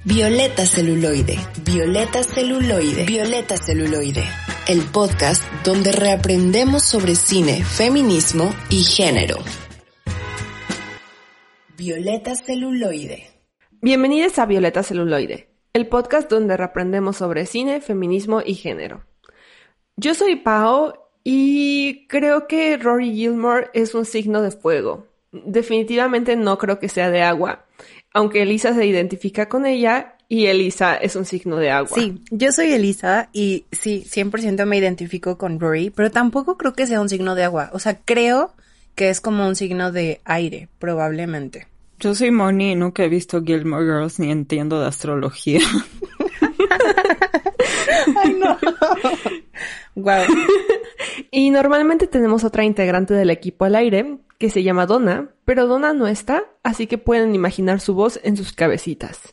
Violeta Celuloide, Violeta Celuloide, Violeta Celuloide, el podcast donde reaprendemos sobre cine, feminismo y género. Violeta Celuloide. Bienvenidos a Violeta Celuloide, el podcast donde reaprendemos sobre cine, feminismo y género. Yo soy Pao y creo que Rory Gilmore es un signo de fuego. Definitivamente no creo que sea de agua, aunque Elisa se identifica con ella y Elisa es un signo de agua. Sí, yo soy Elisa y sí, 100% me identifico con Rory, pero tampoco creo que sea un signo de agua. O sea, creo que es como un signo de aire, probablemente. Yo soy Moni y nunca he visto Gilmore Girls ni entiendo de astrología. Ay, no. Wow. Y normalmente tenemos otra integrante del equipo al aire que se llama Donna, pero Donna no está, así que pueden imaginar su voz en sus cabecitas.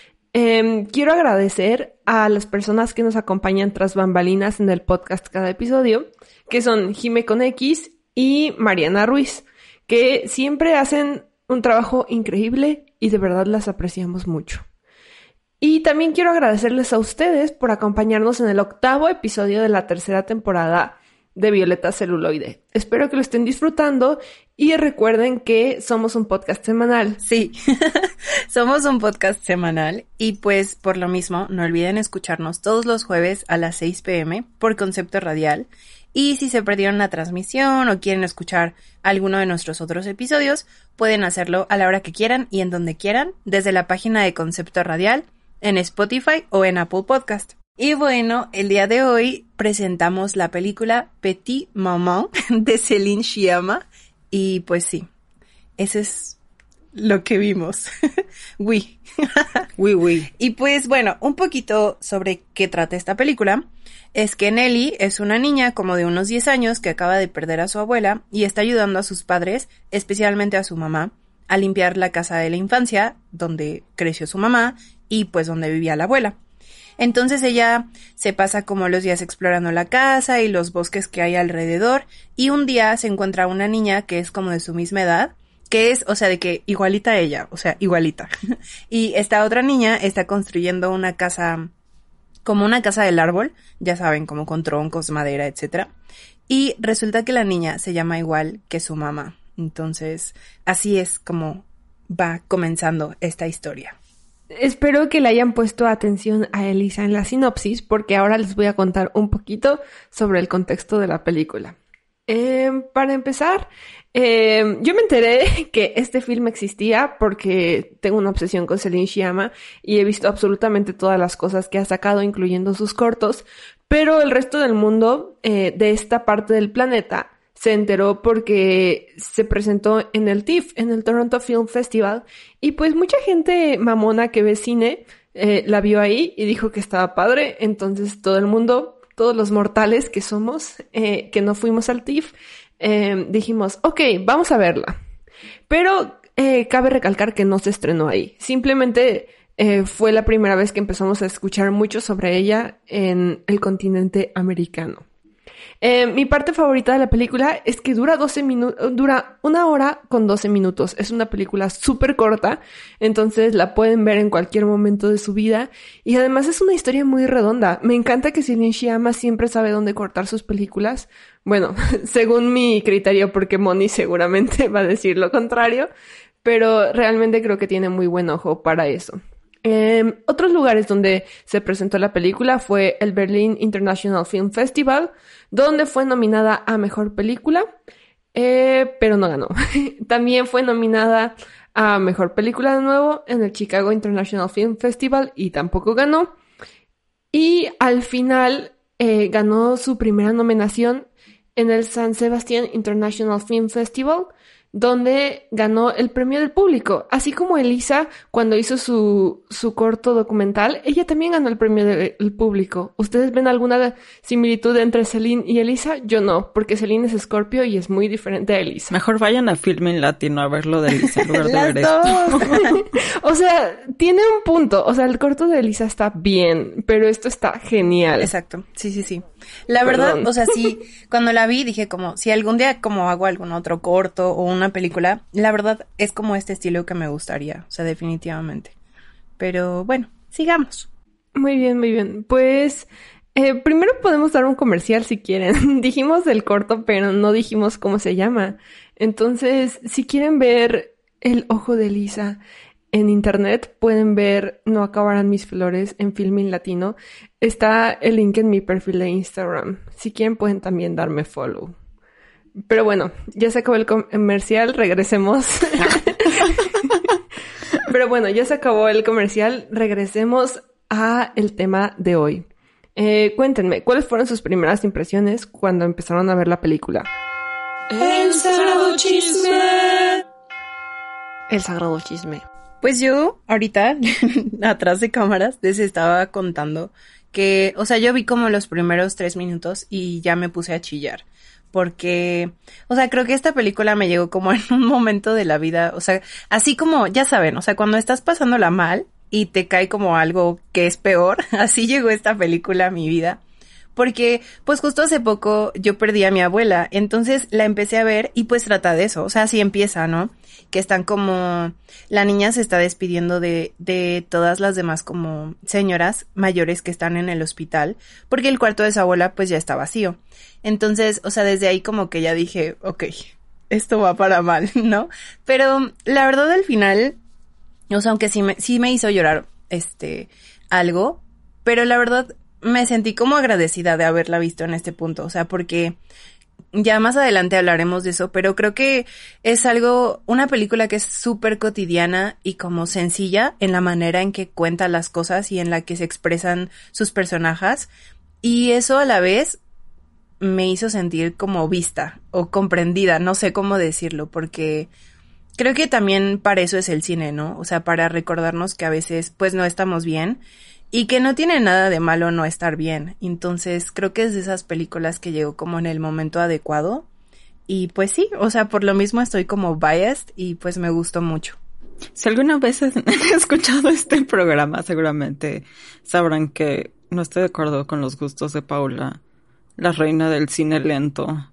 Quiero agradecer a las personas que nos acompañan tras bambalinas en el podcast cada episodio, que son Jime con X y Mariana Ruiz, que siempre hacen un trabajo increíble y de verdad las apreciamos mucho. Y también quiero agradecerles a ustedes por acompañarnos en el 8º episodio de la 3ª temporada de Violeta Celuloide. Espero que lo estén disfrutando y recuerden que somos un podcast semanal. Sí, somos un podcast semanal y pues por lo mismo no olviden escucharnos todos los jueves a las 6 p.m. por Concepto Radial. Y si se perdieron la transmisión o quieren escuchar alguno de nuestros otros episodios, pueden hacerlo a la hora que quieran y en donde quieran desde la página de Concepto Radial en Spotify o en Apple Podcast. Y bueno, el día de hoy presentamos la película Petit Maman de Céline Sciamma y pues sí, eso es lo que vimos. Oui. Oui. Y pues bueno, un poquito sobre qué trata esta película es que Nelly es una niña como de unos 10 años que acaba de perder a su abuela y está ayudando a sus padres, especialmente a su mamá, a limpiar la casa de la infancia donde creció su mamá y pues donde vivía la abuela. Entonces ella se pasa como los días explorando la casa y los bosques que hay alrededor y un día se encuentra una niña que es como de su misma edad, que es, o sea, de que igualita a ella, o sea, igualita. Y esta otra niña está construyendo una casa, como una casa del árbol, ya saben, como con troncos, madera, etcétera. Y resulta que la niña se llama igual que su mamá. Entonces, así es como va comenzando esta historia. Espero que le hayan puesto atención a Elisa en la sinopsis, porque ahora les voy a contar un poquito sobre el contexto de la película. Para empezar, yo me enteré que este film existía porque tengo una obsesión con Céline Sciamma y he visto absolutamente todas las cosas que ha sacado, incluyendo sus cortos, pero el resto del mundo de esta parte del planeta se enteró porque se presentó en el TIFF, en el Toronto Film Festival, y pues mucha gente mamona que ve cine la vio ahí y dijo que estaba padre. Entonces todo el mundo, todos los mortales que somos, que no fuimos al TIFF, dijimos, ok, vamos a verla. Pero cabe recalcar que no se estrenó ahí. Simplemente fue la primera vez que empezamos a escuchar mucho sobre ella en el continente americano. Mi parte favorita de la película es que dura 1 hora con 12 minutos. Es una película súper corta, entonces la pueden ver en cualquier momento de su vida. Y además es una historia muy redonda. Me encanta que Céline Sciamma siempre sabe dónde cortar sus películas. Bueno, según mi criterio, porque Moni seguramente va a decir lo contrario, pero realmente creo que tiene muy buen ojo para eso. Otros lugares donde se presentó la película fue el Berlin International Film Festival, donde fue nominada a Mejor Película, pero no ganó. También fue nominada a Mejor Película de nuevo en el Chicago International Film Festival y tampoco ganó. Y al final ganó su primera nominación en el San Sebastián International Film Festival, donde ganó el premio del público. Así como Elisa, cuando hizo su corto documental, ella también ganó el premio del público. ¿Ustedes ven alguna similitud entre Céline y Elisa? Yo no, porque Céline es Scorpio y es muy diferente a Elisa. Mejor vayan a Filmin Latino a verlo de Elisa en lugar de ver esto. O sea, tiene un punto. O sea, el corto de Elisa está bien, pero esto está genial. Exacto, sí. La verdad, o sea, sí, cuando la vi dije como, si algún día como hago algún otro corto o una película, la verdad es como este estilo que me gustaría, o sea, definitivamente. Pero bueno, sigamos. Muy bien, muy bien. Pues primero podemos dar un comercial si quieren. Dijimos del corto, pero no dijimos cómo se llama. Entonces, si quieren ver El ojo de Lisa en internet, pueden ver No acabarán mis flores en Filmin Latino. Está el link en mi perfil de Instagram. Si quieren, pueden también darme follow. Pero bueno, ya se acabó el comercial, regresemos. Pero bueno, ya se acabó el comercial, regresemos a el tema de hoy. Cuéntenme, ¿cuáles fueron sus primeras impresiones cuando empezaron a ver la película? El sagrado chisme. El sagrado chisme. Pues yo, ahorita, atrás de cámaras, les estaba contando que, o sea, yo vi como los primeros 3 minutos y ya me puse a chillar. Porque, o sea, creo que esta película me llegó como en un momento de la vida, o sea, así como, ya saben, o sea, cuando estás pasándola mal y te cae como algo que es peor, así llegó esta película a mi vida. Porque, pues justo hace poco yo perdí a mi abuela, entonces la empecé a ver y pues trata de eso, o sea, así empieza, ¿no? Que están como, la niña se está despidiendo de todas las demás como señoras mayores que están en el hospital, porque el cuarto de su abuela pues ya está vacío. Entonces, o sea, desde ahí como que ya dije, ok, esto va para mal, ¿no? Pero la verdad al final, o sea, aunque sí me hizo llorar, algo, pero la verdad me sentí como agradecida de haberla visto en este punto, o sea, porque ya más adelante hablaremos de eso, pero creo que es una película que es súper cotidiana y como sencilla en la manera en que cuenta las cosas y en la que se expresan sus personajes, y eso a la vez me hizo sentir como vista o comprendida, no sé cómo decirlo, porque creo que también para eso es el cine, ¿no? O sea, para recordarnos que a veces pues no estamos bien y que no tiene nada de malo no estar bien. Entonces creo que es de esas películas que llegó como en el momento adecuado y pues sí, o sea, por lo mismo estoy como biased y pues me gustó mucho. Si alguna vez han escuchado este programa, seguramente sabrán que no estoy de acuerdo con los gustos de Paula, la reina del cine lento.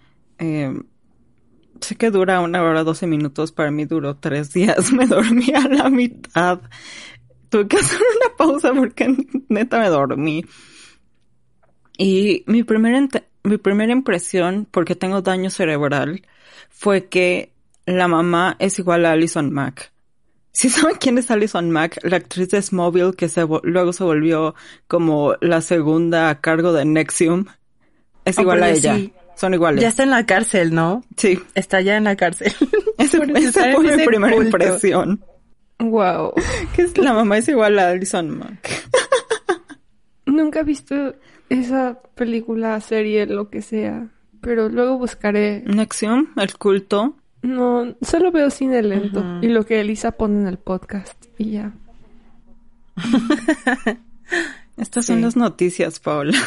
Sé que dura 1 hora 12 minutos, para mí duró 3 días, me dormí a la mitad. Tuve que hacer una pausa porque neta me dormí. Y mi primera impresión, porque tengo daño cerebral, fue que la mamá es igual a Allison Mack. ¿Sí saben quién es Allison Mack? La actriz de Smallville que luego se volvió como la segunda a cargo de NXIVM. Es igual a ella. Sí. Son iguales. Ya está en la cárcel, ¿no? Sí. Está ya en la cárcel. Esa fue mi primera impresión. Wow. Que la mamá es igual a Allison Mack. Nunca he visto esa película, serie, lo que sea. Pero luego buscaré. NXIVM, el culto. No, solo veo cine lento. Uh-huh. Y lo que Elisa pone en el podcast. Y ya. Estas son las noticias, Paula.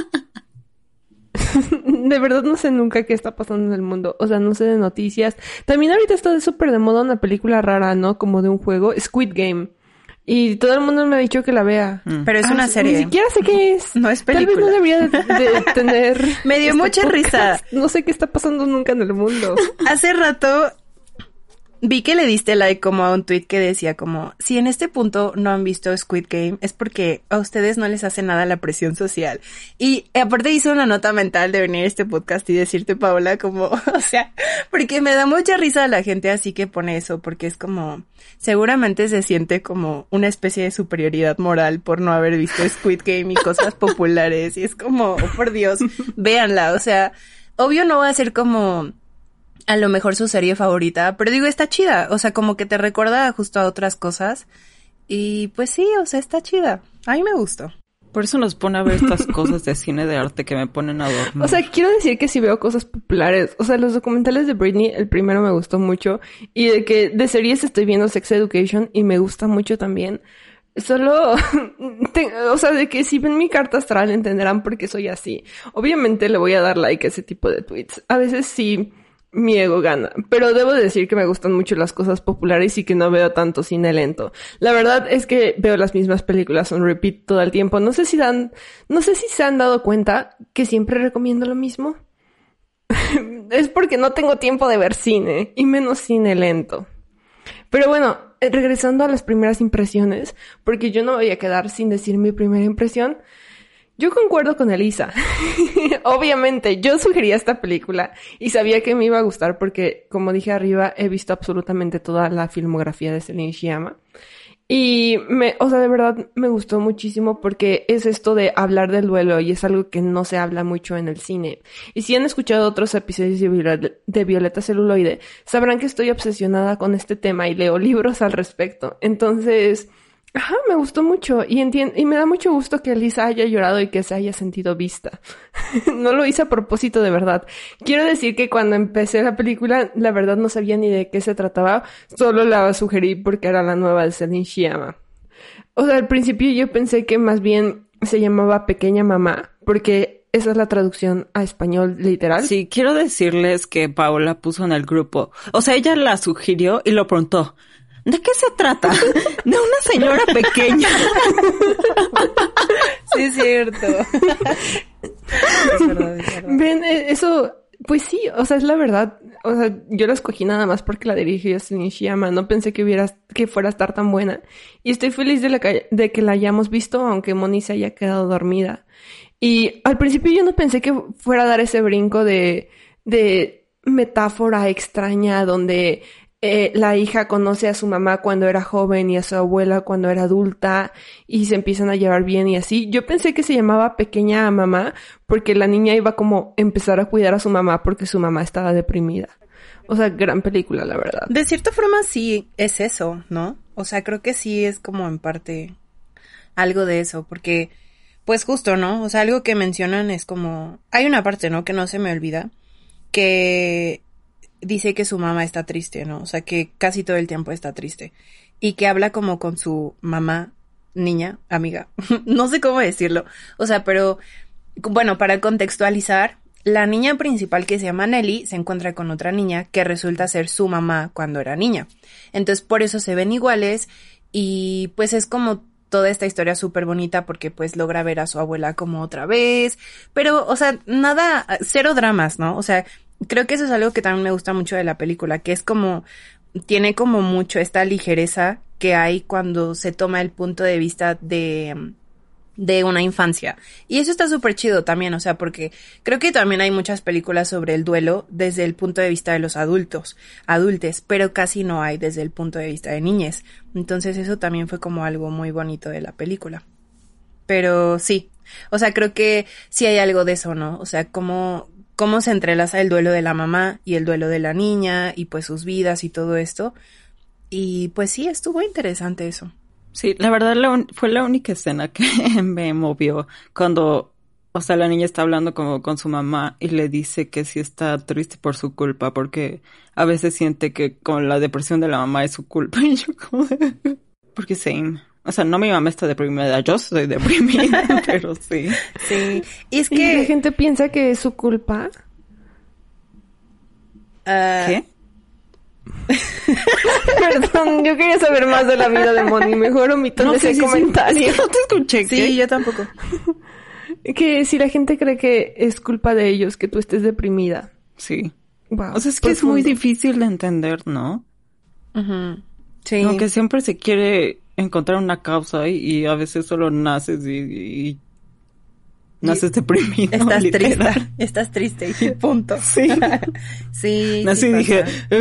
De verdad no sé nunca qué está pasando en el mundo. O sea, no sé de noticias. También ahorita está súper de moda una película rara, ¿no? Como de un juego. Squid Game. Y todo el mundo me ha dicho que la vea. Pero es una serie. Ni siquiera sé qué es. No es película. Tal vez no debería de tener... Me dio mucha risa. No sé qué está pasando nunca en el mundo. Hace rato vi que le diste like como a un tweet que decía como, si en este punto no han visto Squid Game es porque a ustedes no les hace nada la presión social. Y aparte hice una nota mental de venir a este podcast y decirte, Paola, como, o sea, porque me da mucha risa a la gente así que pone eso, porque es como, seguramente se siente como una especie de superioridad moral por no haber visto Squid Game y cosas populares. Y es como, oh, por Dios, véanla. O sea, obvio no va a ser como a lo mejor su serie favorita, pero digo, está chida, o sea, como que te recuerda justo a otras cosas, y pues sí, o sea, está chida, a mí me gustó. Por eso nos pone a ver estas cosas de cine de arte que me ponen a dormir. O sea, quiero decir que sí veo cosas populares, o sea, los documentales de Britney, el primero me gustó mucho, y de series estoy viendo Sex Education, y me gusta mucho también. Solo, o sea, de que si ven mi carta astral entenderán por qué soy así. Obviamente le voy a dar like a ese tipo de tweets. A veces sí mi ego gana, pero debo decir que me gustan mucho las cosas populares y que no veo tanto cine lento. La verdad es que veo las mismas películas on repeat todo el tiempo. No sé si se han dado cuenta que siempre recomiendo lo mismo. Es porque no tengo tiempo de ver cine y menos cine lento. Pero bueno, regresando a las primeras impresiones, porque yo no voy a quedar sin decir mi primera impresión. Yo concuerdo con Elisa. Obviamente, yo sugería esta película y sabía que me iba a gustar porque, como dije arriba, he visto absolutamente toda la filmografía de Celine Sciamma. Y de verdad me gustó muchísimo porque es esto de hablar del duelo y es algo que no se habla mucho en el cine. Y si han escuchado otros episodios de Violeta Celuloide, sabrán que estoy obsesionada con este tema y leo libros al respecto. Entonces, me gustó mucho y me da mucho gusto que Elisa haya llorado y que se haya sentido vista. No lo hice a propósito, de verdad. Quiero decir que cuando empecé la película, la verdad no sabía ni de qué se trataba, solo la sugerí porque era la nueva de Celine Sciamma. Al principio yo pensé que más bien se llamaba Pequeña Mamá, porque esa es la traducción a español literal. Sí, quiero decirles que Paola puso en el grupo, ella la sugirió y lo preguntó. ¿De qué se trata? De una señora pequeña. Sí, es cierto. Es verdad. Ven, eso, pues sí, es la verdad. Yo la escogí nada más porque la dirigió Celine Sciamma. No pensé que fuera a estar tan buena. Y estoy feliz de que la hayamos visto, aunque Moni se haya quedado dormida. Y al principio yo no pensé que fuera a dar ese brinco de metáfora extraña donde la hija conoce a su mamá cuando era joven y a su abuela cuando era adulta y se empiezan a llevar bien y así. Yo pensé que se llamaba Pequeña Mamá porque la niña iba como a empezar a cuidar a su mamá porque su mamá estaba deprimida. Gran película, la verdad. De cierta forma sí es eso, ¿no? Creo que sí es como en parte algo de eso, porque pues justo, ¿no? Algo que mencionan es como... Hay una parte, ¿no? Que no se me olvida, que dice que su mamá está triste, ¿no? Que casi todo el tiempo está triste. Y que habla como con su mamá, niña, amiga. No sé cómo decirlo. Pero, bueno, para contextualizar, la niña principal que se llama Nelly se encuentra con otra niña que resulta ser su mamá cuando era niña. Entonces, por eso se ven iguales y pues es como toda esta historia súper bonita porque pues logra ver a su abuela como otra vez. Pero, nada, cero dramas, ¿no? Creo que eso es algo que también me gusta mucho de la película, que es como, tiene como mucho esta ligereza que hay cuando se toma el punto de vista de una infancia. Y eso está súper chido también, porque creo que también hay muchas películas sobre el duelo desde el punto de vista de los adultes, pero casi no hay desde el punto de vista de niñez. Entonces eso también fue como algo muy bonito de la película. Pero sí, creo que sí hay algo de eso, ¿no? Cómo se entrelaza el duelo de la mamá y el duelo de la niña y pues sus vidas y todo esto. Y pues sí, estuvo interesante eso. Sí, la verdad fue la única escena que me movió cuando, la niña está hablando como con su mamá y le dice que sí está triste por su culpa porque a veces siente que con la depresión de la mamá es su culpa y yo como porque same. No mi mamá está deprimida, yo soy deprimida, pero sí. Sí, y es que... ¿Y la gente piensa que es su culpa? ¿Qué? Perdón, yo quería saber más de la vida de Moni, mejor omito ese comentario. No te escuché. Sí, ¿qué? yo tampoco. Que si la gente cree que es culpa de ellos que tú estés deprimida. Sí. Wow, es que es muy difícil de entender, ¿no? Uh-huh. Sí. Aunque siempre se quiere encontrar una causa y a veces solo naces y naces deprimido. Estás triste y punto. Sí. Sí. Nací y dije...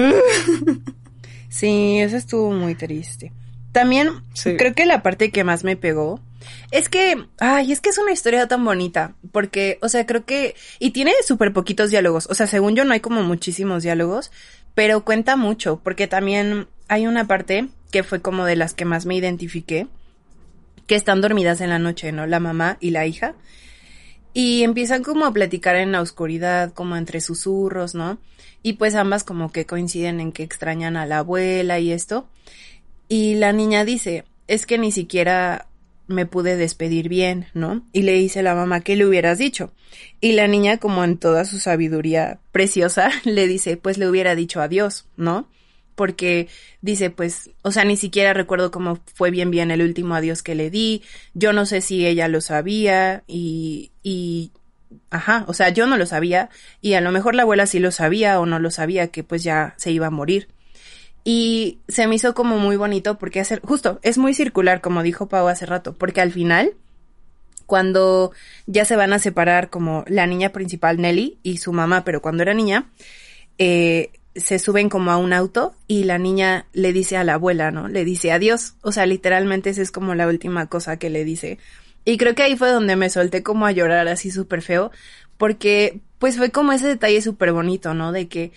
Sí, eso estuvo muy triste. También creo que la parte que más me pegó es que, es una historia tan bonita, porque, creo que, y tiene súper poquitos diálogos, según yo no hay como muchísimos diálogos, pero cuenta mucho, porque también hay una parte que fue como de las que más me identifiqué, que están dormidas en la noche, ¿no? La mamá y la hija, y empiezan como a platicar en la oscuridad, como entre susurros, ¿no? Y pues ambas como que coinciden en que extrañan a la abuela y esto. Y la niña dice, es que ni siquiera me pude despedir bien, ¿no? Y le dice la mamá, ¿qué le hubieras dicho? Y la niña, como en toda su sabiduría preciosa, le dice, pues le hubiera dicho adiós, ¿no? Porque dice, pues, ni siquiera recuerdo cómo fue bien el último adiós que le di. Yo no sé si ella lo sabía yo no lo sabía y a lo mejor la abuela sí lo sabía o no lo sabía, que pues ya se iba a morir. Y se me hizo como muy bonito porque justo, es muy circular, como dijo Pau hace rato, porque al final, cuando ya se van a separar como la niña principal, Nelly, y su mamá, pero cuando era niña, se suben como a un auto y la niña le dice a la abuela, ¿no? Le dice adiós. O sea, literalmente esa es como la última cosa que le dice. Y creo que ahí fue donde me solté como a llorar así súper feo, porque pues fue como ese detalle súper bonito, ¿no? De que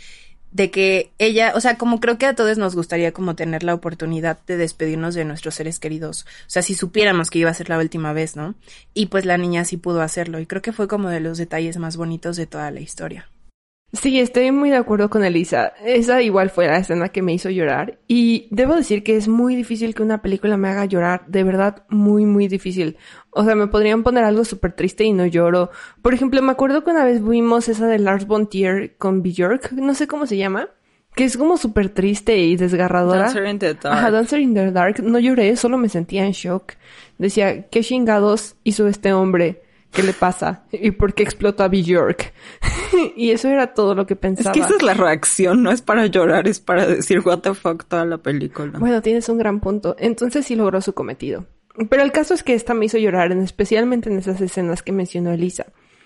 ella, o sea, como creo que a todos nos gustaría como tener la oportunidad de despedirnos de nuestros seres queridos. O sea, si supiéramos que iba a ser la última vez, ¿no? Y pues la niña sí pudo hacerlo. Y creo que fue como de los detalles más bonitos de toda la historia. Sí, estoy muy de acuerdo con Elisa. Esa igual fue la escena que me hizo llorar. Y debo decir que es muy difícil que una película me haga llorar. De verdad, muy, muy difícil. O sea, me podrían poner algo súper triste y no lloro. Por ejemplo, me acuerdo que una vez vimos esa de Lars von Trier con Björk. No sé cómo se llama. Que es como súper triste y desgarradora. Dancer in the Dark. Ajá, Dancer in the Dark. No lloré, solo me sentía en shock. Decía, ¿qué chingados hizo este hombre? ¿Qué le pasa? ¿Y por qué explotó a Björk? Y eso era todo lo que pensaba. Es que esa es la reacción, no es para llorar, es para decir what the fuck toda la película. Bueno, tienes un gran punto. Entonces sí logró su cometido. Pero el caso es que esta me hizo llorar, especialmente en esas escenas que mencionó Elisa.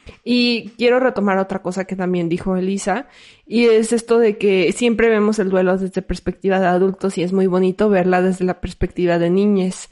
Y quiero retomar otra cosa que también dijo Elisa, y es esto de que siempre vemos el duelo desde perspectiva de adultos y es muy bonito verla desde la perspectiva de niñes.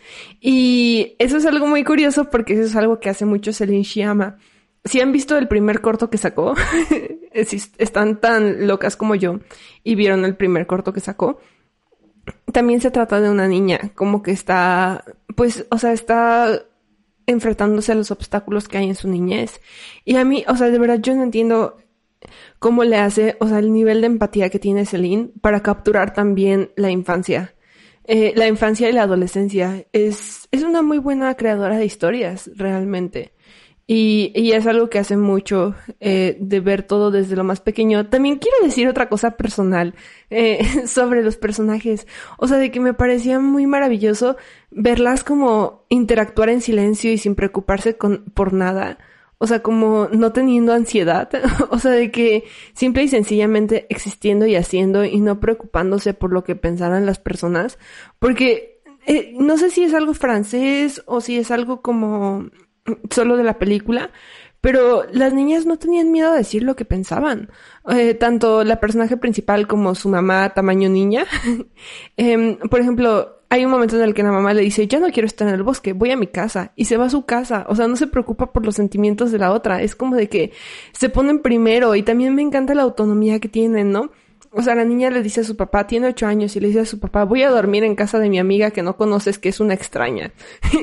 Y eso es algo muy curioso porque eso es algo que hace mucho Celine Sciamma. Si han visto el primer corto que sacó, si están tan locas como yo y vieron el primer corto que sacó, también se trata de una niña, como que está, pues, o sea, está enfrentándose a los obstáculos que hay en su niñez. Y a mí, o sea, de verdad yo no entiendo cómo le hace, o sea, el nivel de empatía que tiene Celine para capturar también la infancia. La infancia y la adolescencia. Es una muy buena creadora de historias, realmente. Y es algo que hace mucho, de ver todo desde lo más pequeño. También quiero decir otra cosa personal, sobre los personajes. O sea, de que me parecía muy maravilloso verlas como interactuar en silencio y sin preocuparse por nada. O sea, como no teniendo ansiedad. O sea, de que simple y sencillamente existiendo y haciendo y no preocupándose por lo que pensaran las personas. Porque, no sé si es algo francés o si es algo como solo de la película, pero las niñas no tenían miedo a decir lo que pensaban. Tanto la personaje principal como su mamá tamaño niña. Por ejemplo, hay un momento en el que la mamá le dice, ya no quiero estar en el bosque, voy a mi casa. Y se va a su casa. O sea, no se preocupa por los sentimientos de la otra. Es como de que se ponen primero. Y también me encanta la autonomía que tienen, ¿no? O sea, la niña le dice a su papá, tiene 8 años, y le dice a su papá, voy a dormir en casa de mi amiga que no conoces, que es una extraña.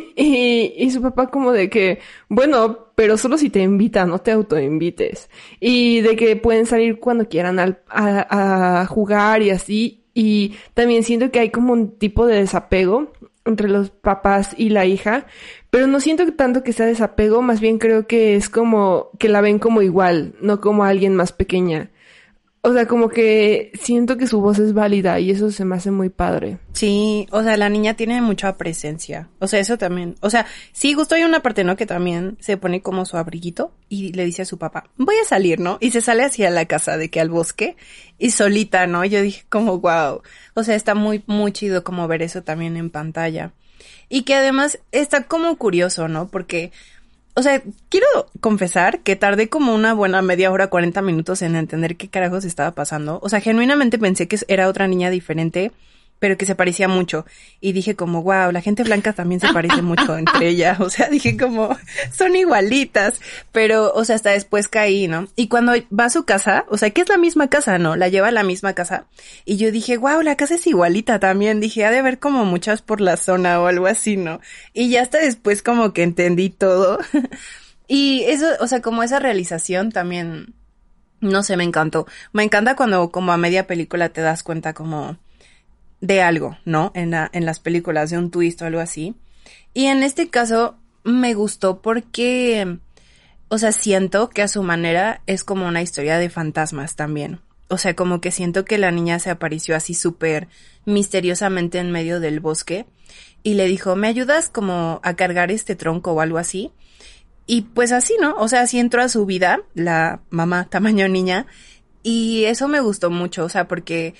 y su papá como de que, bueno, pero solo si te invita, no te autoinvites. Y de que pueden salir cuando quieran a jugar y así. Y también siento que hay como un tipo de desapego entre los papás y la hija, pero no siento tanto que sea desapego, más bien creo que es como que la ven como igual, no como alguien más pequeña. O sea, como que siento que su voz es válida y eso se me hace muy padre. Sí, o sea, la niña tiene mucha presencia. O sea, eso también. O sea, sí, justo hay una parte, ¿no? Que también se pone como su abriguito y le dice a su papá, voy a salir, ¿no? Y se sale hacia la casa, de que al bosque y solita, ¿no? Yo dije como, wow. O sea, está muy, muy chido como ver eso también en pantalla. Y que además está como curioso, ¿no? Porque, o sea, quiero confesar que tardé como una buena media hora, 40 minutos en entender qué carajos estaba pasando. O sea, genuinamente pensé que era otra niña diferente, pero que se parecía mucho. Y dije como, wow, la gente blanca también se parece mucho entre ellas. O sea, dije como, son igualitas. Pero, o sea, hasta después caí, ¿no? Y cuando va a su casa, o sea, que es la misma casa, ¿no? La lleva a la misma casa. Y yo dije, wow, la casa es igualita también. Dije, ha de haber como muchas por la zona o algo así, ¿no? Y ya hasta después como que entendí todo. Y eso, o sea, como esa realización también, no sé, me encantó. Me encanta cuando como a media película te das cuenta como de algo, ¿no? En las películas, de un twist o algo así. Y en este caso me gustó porque, o sea, siento que a su manera es como una historia de fantasmas también. O sea, como que siento que la niña se apareció así súper misteriosamente en medio del bosque y le dijo, ¿me ayudas como a cargar este tronco o algo así? Y pues así, ¿no? O sea, así entró a su vida la mamá tamaño niña y eso me gustó mucho, o sea, porque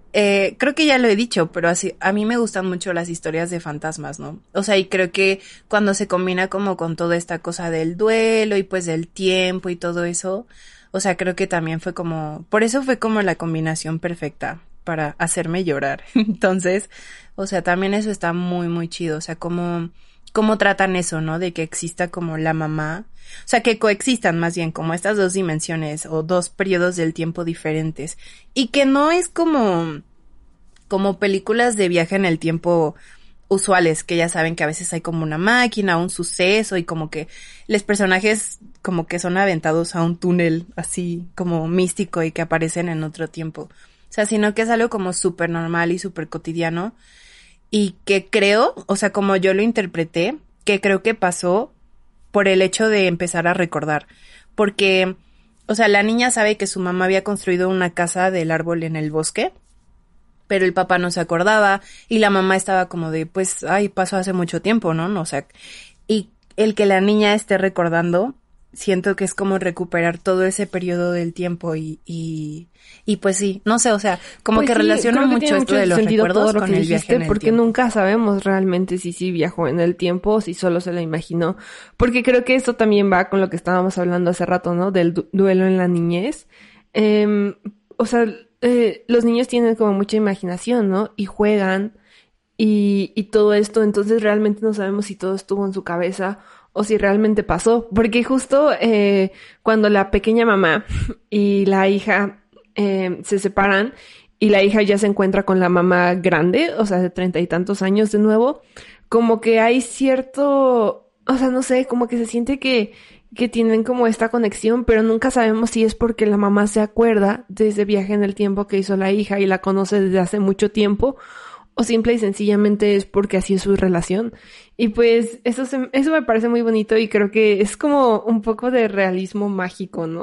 creo que ya lo he dicho, pero así, a mí me gustan mucho las historias de fantasmas, ¿no? O sea, y creo que cuando se combina como con toda esta cosa del duelo y pues del tiempo y todo eso, o sea, creo que también fue como, por eso fue como la combinación perfecta para hacerme llorar. Entonces, o sea, también eso está muy, muy chido, o sea, cómo tratan eso, ¿no? De que exista como la mamá, o sea, que coexistan más bien como estas dos dimensiones o dos periodos del tiempo diferentes y que no es como películas de viaje en el tiempo usuales, que ya saben que a veces hay como una máquina, un suceso y como que los personajes como que son aventados a un túnel así como místico y que aparecen en otro tiempo. O sea, sino que es algo como súper normal y súper cotidiano y que creo, o sea, como yo lo interpreté, que creo que pasó por el hecho de empezar a recordar. Porque, o sea, la niña sabe que su mamá había construido una casa del árbol en el bosque, pero el papá no se acordaba y la mamá estaba como de, pues, ay, pasó hace mucho tiempo, ¿no? O sea, y el que la niña esté recordando, siento que es como recuperar todo ese periodo del tiempo y pues sí, no sé, o sea, como pues que sí, relaciono mucho esto de los recuerdos con el viaje en el porque tiempo. nunca sabemos realmente si sí viajó en el tiempo o si solo se lo imaginó, porque creo que eso también va con lo que estábamos hablando hace rato, ¿no? Del duelo en la niñez. O sea, los niños tienen como mucha imaginación, ¿no? Y juegan y todo esto, entonces realmente no sabemos si todo estuvo en su cabeza o si realmente pasó, porque justo cuando la pequeña mamá y la hija se separan y la hija ya se encuentra con la mamá grande, o sea, de 30 y tantos años de nuevo, como que hay cierto, o sea, no sé, como que se siente que tienen como esta conexión, pero nunca sabemos si es porque la mamá se acuerda de ese viaje en el tiempo que hizo la hija y la conoce desde hace mucho tiempo, o simple y sencillamente es porque así es su relación. Y pues eso me parece muy bonito y creo que es como un poco de realismo mágico, ¿no?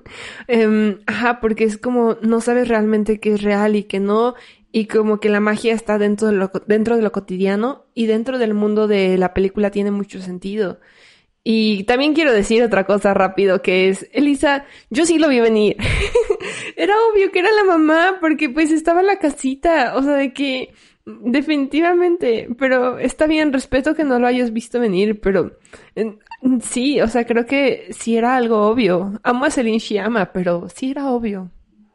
Ajá, porque es como no sabes realmente qué es real y qué no, y como que la magia está dentro de lo cotidiano y dentro del mundo de la película tiene mucho sentido. Y también quiero decir otra cosa rápido, que es, Elisa, yo sí lo vi venir. Era obvio que era la mamá, porque pues estaba en la casita, o sea, de que definitivamente, pero está bien, respeto que no lo hayas visto venir, pero sí, o sea, creo que sí era algo obvio. Amo a Celine Sciamma, pero sí era obvio.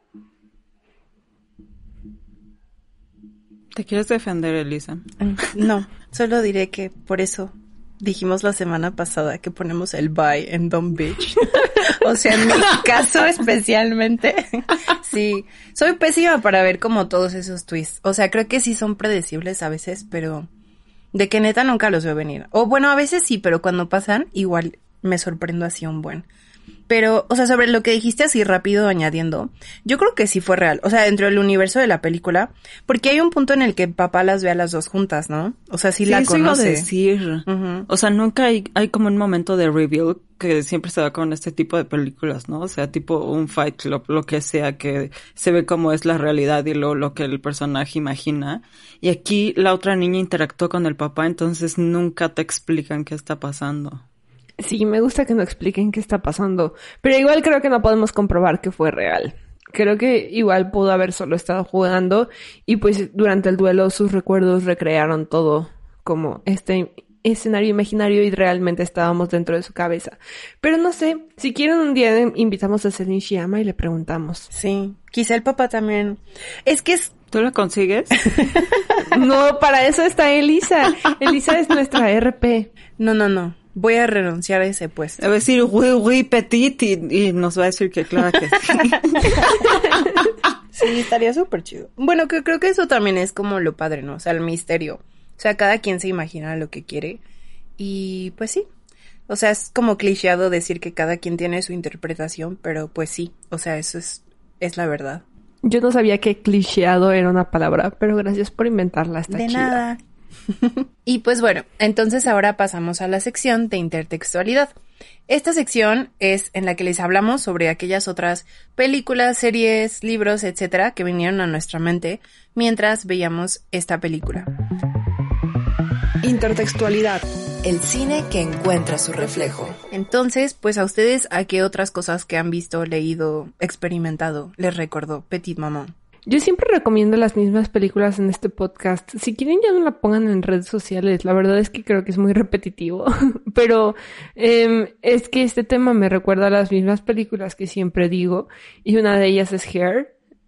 ¿Te quieres defender, Elisa? No, solo diré que por eso dijimos la semana pasada que ponemos el bye en Dumb Bitch. O sea, en mi caso especialmente, sí, soy pésima para ver como todos esos twists. O sea, creo que sí son predecibles a veces, pero de que neta nunca los veo venir. O bueno, a veces sí, pero cuando pasan, igual me sorprendo así un buen. Pero, o sea, sobre lo que dijiste así rápido añadiendo, yo creo que sí fue real. O sea, dentro del universo de la película, porque hay un punto en el que papá las ve a las dos juntas, ¿no? O sea, sí la conoce. Eso iba a decir. Uh-huh. O sea, nunca hay como un momento de reveal que siempre se da con este tipo de películas, ¿no? O sea, tipo un Fight Club, lo que sea, que se ve como es la realidad y lo que el personaje imagina. Y aquí la otra niña interactuó con el papá, entonces nunca te explican qué está pasando. Sí, me gusta que no expliquen qué está pasando, pero igual creo que no podemos comprobar que fue real. Creo que igual pudo haber solo estado jugando y pues durante el duelo sus recuerdos recrearon todo como este escenario imaginario y realmente estábamos dentro de su cabeza. Pero no sé, si quieren un día invitamos a Celine Sciamma y le preguntamos. Sí, quizá el papá también. Es que es... ¿Tú la consigues? No, para eso está Elisa. Elisa es nuestra RP. No. Voy a renunciar a ese puesto. Va a decir, oui, petit, y nos va a decir que claro que sí. Sí, estaría súper chido. Bueno, que creo que eso también es como lo padre, ¿no? O sea, el misterio. O sea, cada quien se imagina lo que quiere. Y pues sí. O sea, es como clicheado decir que cada quien tiene su interpretación, pero pues sí. O sea, eso es la verdad. Yo no sabía que clicheado era una palabra, pero gracias por inventarla, está chida. De nada. Y pues bueno, entonces ahora pasamos a la sección de intertextualidad. Esta sección es en la que les hablamos sobre aquellas otras películas, series, libros, etcétera, que vinieron a nuestra mente mientras veíamos esta película. Intertextualidad. El cine que encuentra su reflejo. Entonces, pues a ustedes, ¿a qué otras cosas que han visto, leído, experimentado les recordó Petit Maman? Yo siempre recomiendo las mismas películas en este podcast. Si quieren ya no la pongan en redes sociales. La verdad es que creo que es muy repetitivo. Pero es que este tema me recuerda a las mismas películas que siempre digo. Y una de ellas es Hair.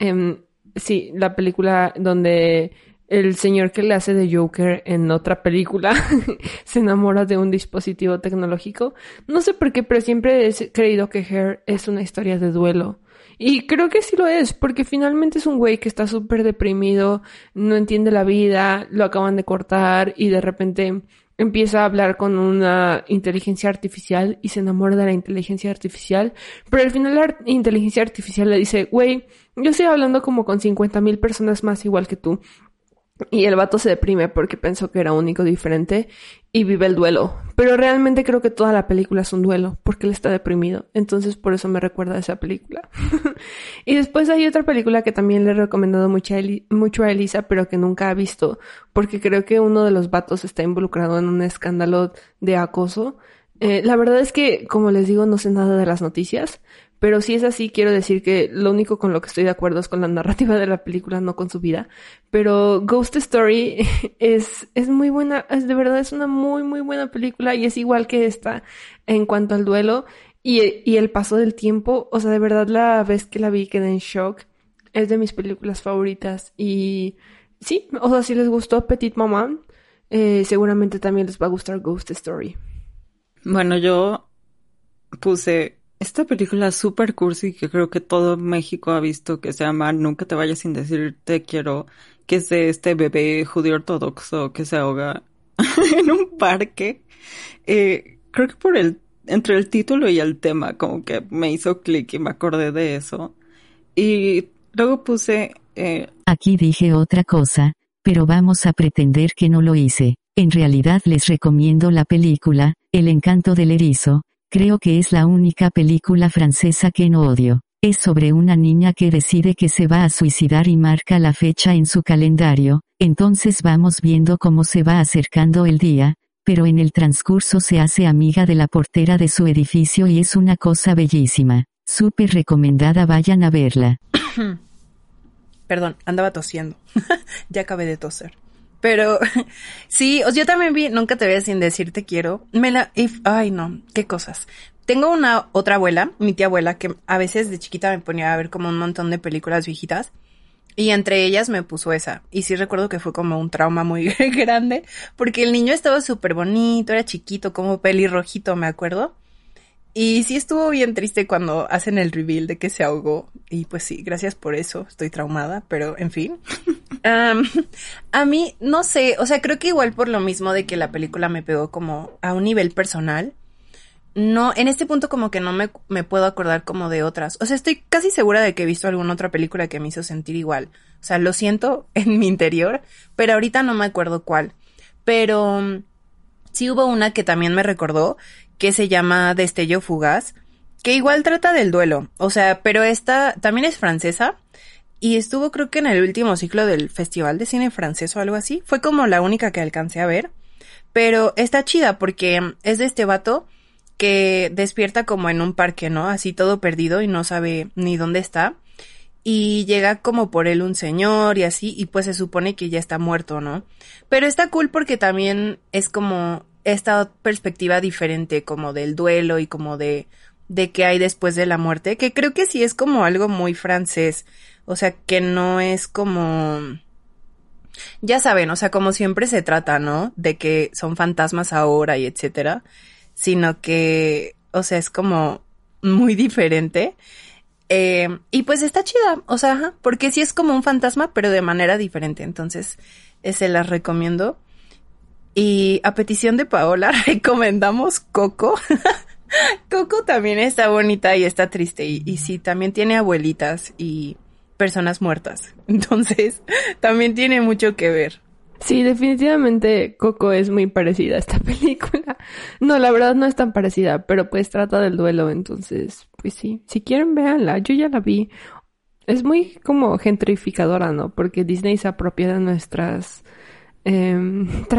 Sí, la película donde el señor que le hace de Joker en otra película se enamora de un dispositivo tecnológico. No sé por qué, pero siempre he creído que Hair es una historia de duelo. Y creo que sí lo es, porque finalmente es un güey que está súper deprimido, no entiende la vida, lo acaban de cortar y de repente empieza a hablar con una inteligencia artificial y se enamora de la inteligencia artificial. Pero al final la inteligencia artificial le dice, güey, yo estoy hablando como con 50,000 personas más igual que tú. Y el vato se deprime porque pensó que era único, diferente y vive el duelo. Pero realmente creo que toda la película es un duelo porque él está deprimido. Entonces por eso me recuerda a esa película. Y después hay otra película que también le he recomendado mucho a Elisa, pero que nunca ha visto porque creo que uno de los vatos está involucrado en un escándalo de acoso. La verdad es que, como les digo, no sé nada de las noticias. Pero si es así, quiero decir que lo único con lo que estoy de acuerdo es con la narrativa de la película, no con su vida. Pero Ghost Story es muy buena, de verdad es una muy, muy buena película y es igual que esta en cuanto al duelo y el paso del tiempo. O sea, de verdad la vez que la vi quedé en shock. Es de mis películas favoritas y sí, o sea, si les gustó Petit Maman, seguramente también les va a gustar Ghost Story. Bueno, yo puse esta película super cursi que creo que todo México ha visto, que se llama Nunca te vayas sin decir te quiero, que es de este bebé judío ortodoxo que se ahoga en un parque. Creo que entre el título y el tema como que me hizo clic y me acordé de eso. Y luego puse... Aquí dije otra cosa, pero vamos a pretender que no lo hice. En realidad les recomiendo la película, El encanto del erizo. Creo que es la única película francesa que no odio. Es sobre una niña que decide que se va a suicidar y marca la fecha en su calendario, entonces vamos viendo cómo se va acercando el día, pero en el transcurso se hace amiga de la portera de su edificio y es una cosa bellísima. Súper recomendada, vayan a verla. Perdón, andaba tosiendo. Ya acabé de toser. Pero sí, yo también vi Nunca te vayas sin decir te quiero. Ay no, qué cosas. Tengo una otra abuela, mi tía abuela, que a veces de chiquita me ponía a ver como un montón de películas viejitas. Y entre ellas me puso esa. Y sí recuerdo que fue como un trauma muy grande. Porque el niño estaba súper bonito, era chiquito, como pelirrojito, me acuerdo. Y sí estuvo bien triste cuando hacen el reveal de que se ahogó. Y pues sí, gracias por eso. Estoy traumada, pero en fin. A mí, no sé, o sea, creo que igual por lo mismo de que la película me pegó como a un nivel personal. No, en este punto como que no me puedo acordar como de otras. O sea, estoy casi segura de que he visto alguna otra película que me hizo sentir igual. O sea, lo siento en mi interior, pero ahorita no me acuerdo cuál. Pero sí hubo una que también me recordó, que se llama Destello Fugaz, que igual trata del duelo, o sea, pero esta también es francesa y estuvo creo que en el último ciclo del Festival de Cine Francés o algo así, fue como la única que alcancé a ver, pero está chida porque es de este vato que despierta como en un parque, ¿no? Así todo perdido y no sabe ni dónde está y llega como por él un señor y así y pues se supone que ya está muerto, ¿no? Pero está cool porque también es como esta perspectiva diferente como del duelo y como de qué hay después de la muerte, que creo que sí es como algo muy francés, o sea, que no es como, ya saben, o sea, como siempre se trata, ¿no? De que son fantasmas ahora y etcétera, sino que, o sea, es como muy diferente, y pues está chida, o sea, ajá, porque sí es como un fantasma, pero de manera diferente, entonces, se las recomiendo. Y a petición de Paola recomendamos Coco. Coco también está bonita y está triste y sí, también tiene abuelitas y personas muertas. Entonces, también tiene mucho que ver. Sí, definitivamente Coco es muy parecida a esta película. No, la verdad no es tan parecida, pero pues trata del duelo, entonces, pues sí. Si quieren, véanla, yo ya la vi. Es muy como gentrificadora, ¿no? Porque Disney se apropia de nuestras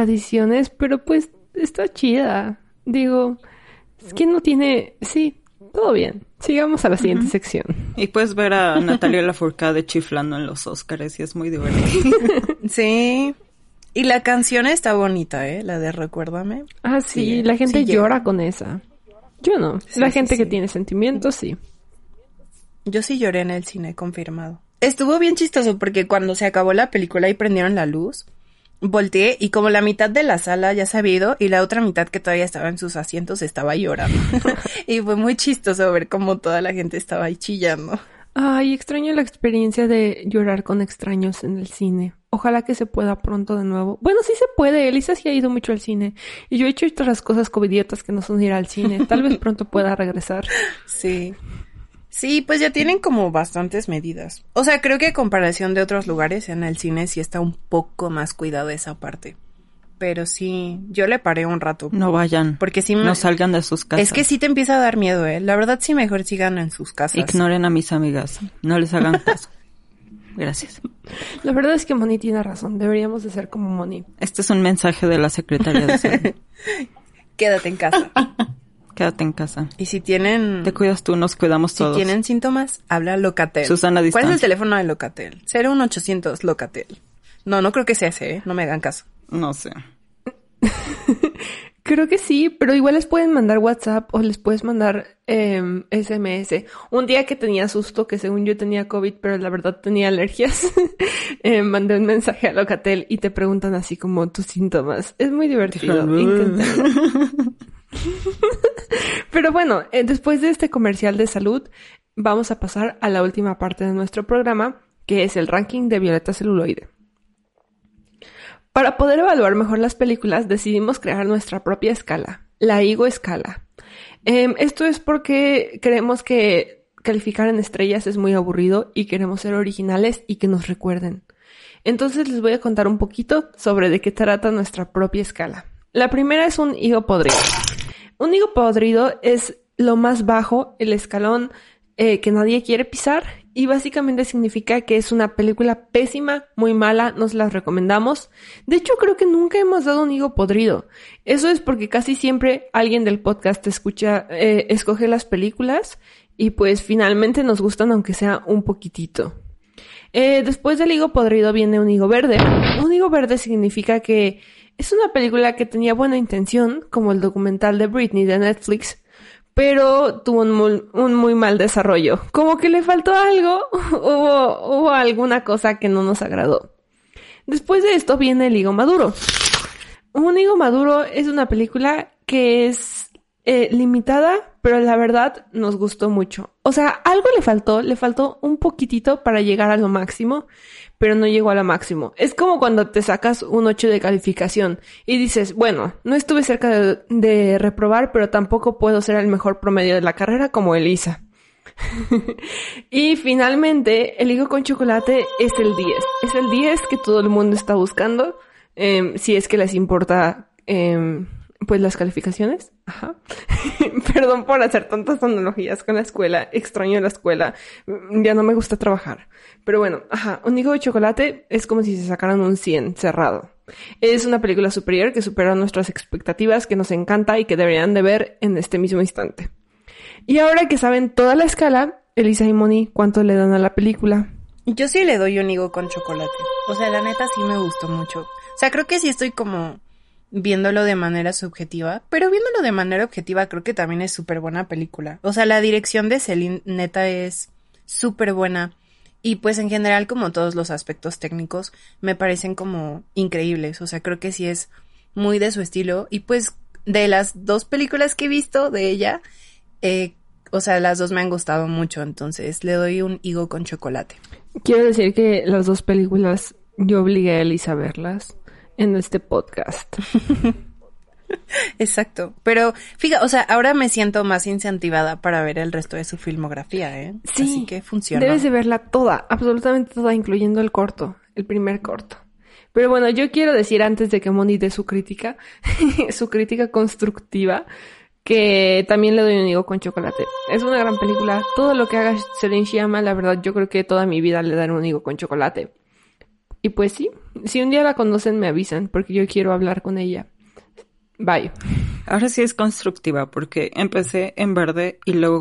tradiciones, pero pues está chida. Digo, es que no tiene, sí, Todo bien. Sigamos a la siguiente sección. Y puedes ver a Natalia Lafourcade chiflando en los Óscares y es muy divertido. Sí. Y la canción está bonita, ¿eh? La de Recuérdame. Ah, sí. La gente llora con esa. Yo no. Sí, la gente que sí. tiene sentimientos, sí. Yo sí lloré en el cine, confirmado. Estuvo bien chistoso porque cuando se acabó la película y prendieron la luz, volteé y como la mitad de la sala ya se había ido y la otra mitad que todavía estaba en sus asientos estaba llorando. Y fue muy chistoso ver cómo toda la gente estaba ahí chillando. Ay, extraño la experiencia de llorar con extraños en el cine. Ojalá que se pueda pronto de nuevo. Bueno, sí se puede. Elisa sí ha ido mucho al cine. Y yo he hecho otras cosas covidiotas que no son ir al cine. Tal vez pronto pueda regresar. Sí. Sí, pues ya tienen como bastantes medidas. O sea, creo que a comparación de otros lugares en el cine sí está un poco más cuidada esa parte. Pero sí, yo le paré un rato. No vayan. Porque sí No salgan de sus casas. Es que sí te empieza a dar miedo, ¿eh? La verdad sí mejor sigan en sus casas. Ignoren a mis amigas. No les hagan caso. Gracias. La verdad es que Moni tiene razón. Deberíamos de ser como Moni. Este es un mensaje de la Secretaría de Salud. Quédate en casa. Quédate en casa. Y si tienen... Te cuidas tú, nos cuidamos todos. Si tienen síntomas, habla a Locatel. Susana ¿Cuál Distancia. es el teléfono de Locatel? 01800 Locatel. No creo que sea ese, ¿eh? No me hagan caso. No sé. Creo que sí, pero igual les pueden mandar WhatsApp o les puedes mandar SMS. Un día que tenía susto, que según yo tenía COVID, pero la verdad tenía alergias, mandé un mensaje a Locatel y te preguntan así como tus síntomas. Es muy divertido. Inténtalo. Pero bueno, después de este comercial de salud, vamos a pasar a la última parte de nuestro programa, que es el ranking de Violeta Celuloide. Para poder evaluar mejor las películas, decidimos crear nuestra propia escala, la Higo Escala. Esto es porque creemos que calificar en estrellas es muy aburrido y queremos ser originales y que nos recuerden. Entonces les voy a contar un poquito sobre de qué trata nuestra propia escala. La primera es un higo podrido. Un higo podrido es lo más bajo, el escalón que nadie quiere pisar, y básicamente significa que es una película pésima, muy mala, nos la recomendamos. De hecho, creo que nunca hemos dado un higo podrido. Eso es porque casi siempre alguien del podcast escoge las películas y pues finalmente nos gustan aunque sea un poquitito. Después del higo podrido viene un higo verde. Un higo verde significa que es una película que tenía buena intención, como el documental de Britney de Netflix, pero tuvo un muy mal desarrollo. Como que le faltó algo, hubo alguna cosa que no nos agradó. Después de esto viene el higo maduro. Un higo maduro es una película que es limitada, pero la verdad nos gustó mucho. O sea, algo le faltó un poquitito para llegar a lo máximo, pero no llegó a lo máximo. Es como cuando te sacas un 8 de calificación y dices, bueno, no estuve cerca de reprobar, pero tampoco puedo ser el mejor promedio de la carrera como Elisa. Y finalmente, el higo con chocolate es el 10. Es el 10 que todo el mundo está buscando, si es que les importa pues las calificaciones. Ajá. Perdón por hacer tantas analogías con la escuela. Extraño la escuela. Ya no me gusta trabajar. Pero bueno, ajá. Un higo de chocolate es como si se sacaran un 100 cerrado. Es una película superior que supera nuestras expectativas, que nos encanta y que deberían de ver en este mismo instante. Y ahora que saben toda la escala, Elisa y Moni, ¿cuánto le dan a la película? Yo sí le doy un higo con chocolate. O sea, la neta sí me gustó mucho. O sea, creo que sí estoy como viéndolo de manera subjetiva, pero viéndolo de manera objetiva creo que también es súper buena película. O sea, la dirección de Celine neta es súper buena y pues en general como todos los aspectos técnicos me parecen como increíbles. O sea, creo que sí es muy de su estilo y pues de las dos películas que he visto de ella, o sea, las dos me han gustado mucho, entonces le doy un higo con chocolate. Quiero decir que las dos películas yo obligué a Elisa a verlas en este podcast. Exacto. Pero, fíjate, o sea, ahora me siento más incentivada para ver el resto de su filmografía, ¿eh? Sí. Así que funciona. Debes de verla toda, absolutamente toda, incluyendo el corto, el primer corto. Pero bueno, yo quiero decir antes de que Moni dé su crítica, su crítica constructiva, que también le doy un higo con chocolate. Es una gran película. Todo lo que haga Celine Sciamma, la verdad, yo creo que toda mi vida le daré un higo con chocolate. Y pues sí, si un día la conocen me avisan, porque yo quiero hablar con ella. Bye. Ahora sí es constructiva, porque empecé en verde y luego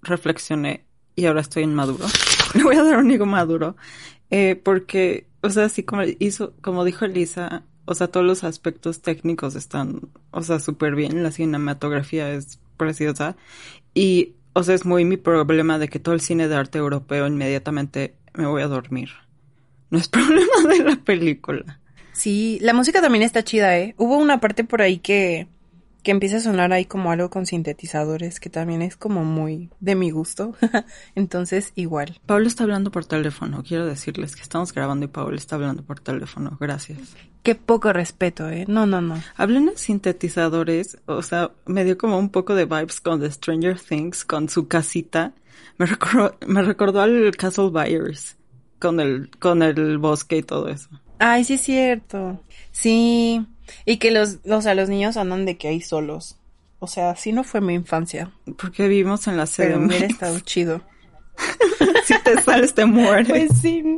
reflexioné y ahora estoy inmaduro. Le voy a dar un higo maduro. Porque, o sea, así como dijo Elisa, o sea, todos los aspectos técnicos están, o sea, súper bien. La cinematografía es preciosa. Y, o sea, es muy mi problema de que todo el cine de arte europeo inmediatamente me voy a dormir. No es problema de la película. Sí, la música también está chida, ¿eh? Hubo una parte por ahí que empieza a sonar ahí como algo con sintetizadores, que también es como muy de mi gusto. Entonces, igual. Pablo está hablando por teléfono. Quiero decirles que estamos grabando y Pablo está hablando por teléfono. Gracias. Qué poco respeto, ¿eh? No. Hablan de sintetizadores, o sea, me dio como un poco de vibes con The Stranger Things, con su casita. Me recordó al Castle Byers, con el bosque y todo eso. Ay, sí es cierto. Sí. Y que los niños andan de que hay solos. O sea, así no fue mi infancia. Porque vivimos en la CDMX. Pero hubiera estado chido. Si te sales, te mueres. Pues sí.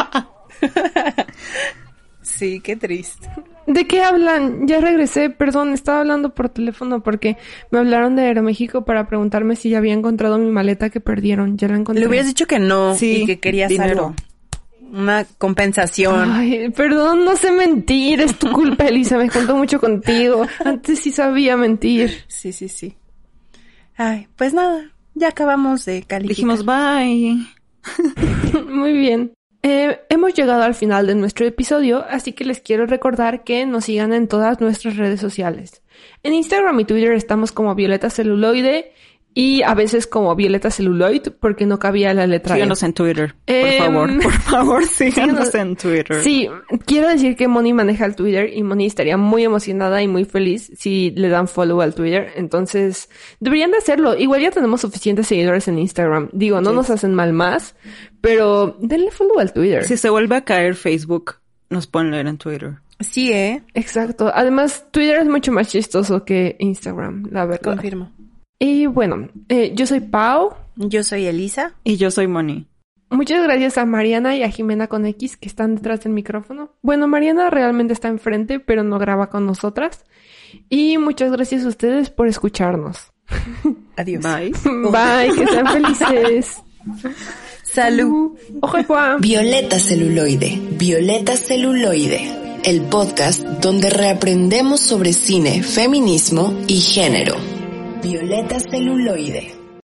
Sí, qué triste. ¿De qué hablan? Ya regresé, perdón, estaba hablando por teléfono porque me hablaron de Aeroméxico para preguntarme si ya había encontrado mi maleta que perdieron. Ya la encontré. Le hubieras dicho que no, sí, y que querías dinero. algo. Una compensación. Ay, perdón, no sé mentir, es tu culpa, Elisa, me junto mucho contigo. Antes sí sabía mentir. Sí. Ay, pues nada, ya acabamos de calificar. Dijimos bye. Muy bien. Hemos llegado al final de nuestro episodio, así que les quiero recordar que nos sigan en todas nuestras redes sociales. En Instagram y Twitter estamos como Violeta Celuloide y a veces como Violeta Celuloid porque no cabía la letra. Síganos en Twitter, por favor, síganos en Twitter. Sí, quiero decir que Moni maneja el Twitter y Moni estaría muy emocionada y muy feliz si le dan follow al Twitter. Entonces, deberían de hacerlo. Igual ya tenemos suficientes seguidores en Instagram. Digo, no nos hacen mal más, pero denle follow al Twitter. Si se vuelve a caer Facebook, nos pueden leer en Twitter. Sí, Exacto. Además, Twitter es mucho más chistoso que Instagram, la verdad. Confirmo. Y bueno, yo soy Pau. Yo soy Elisa. Y yo soy Moni. Muchas gracias a Mariana y a Jimena con X que están detrás del micrófono. Bueno, Mariana realmente está enfrente, pero no graba con nosotras. Y muchas gracias a ustedes por escucharnos. Adiós. Bye. Bye, que sean felices. Salud. Ojo, Juan. Violeta Celuloide, Violeta Celuloide, el podcast donde reaprendemos sobre cine, feminismo y género. Violeta Celuloide.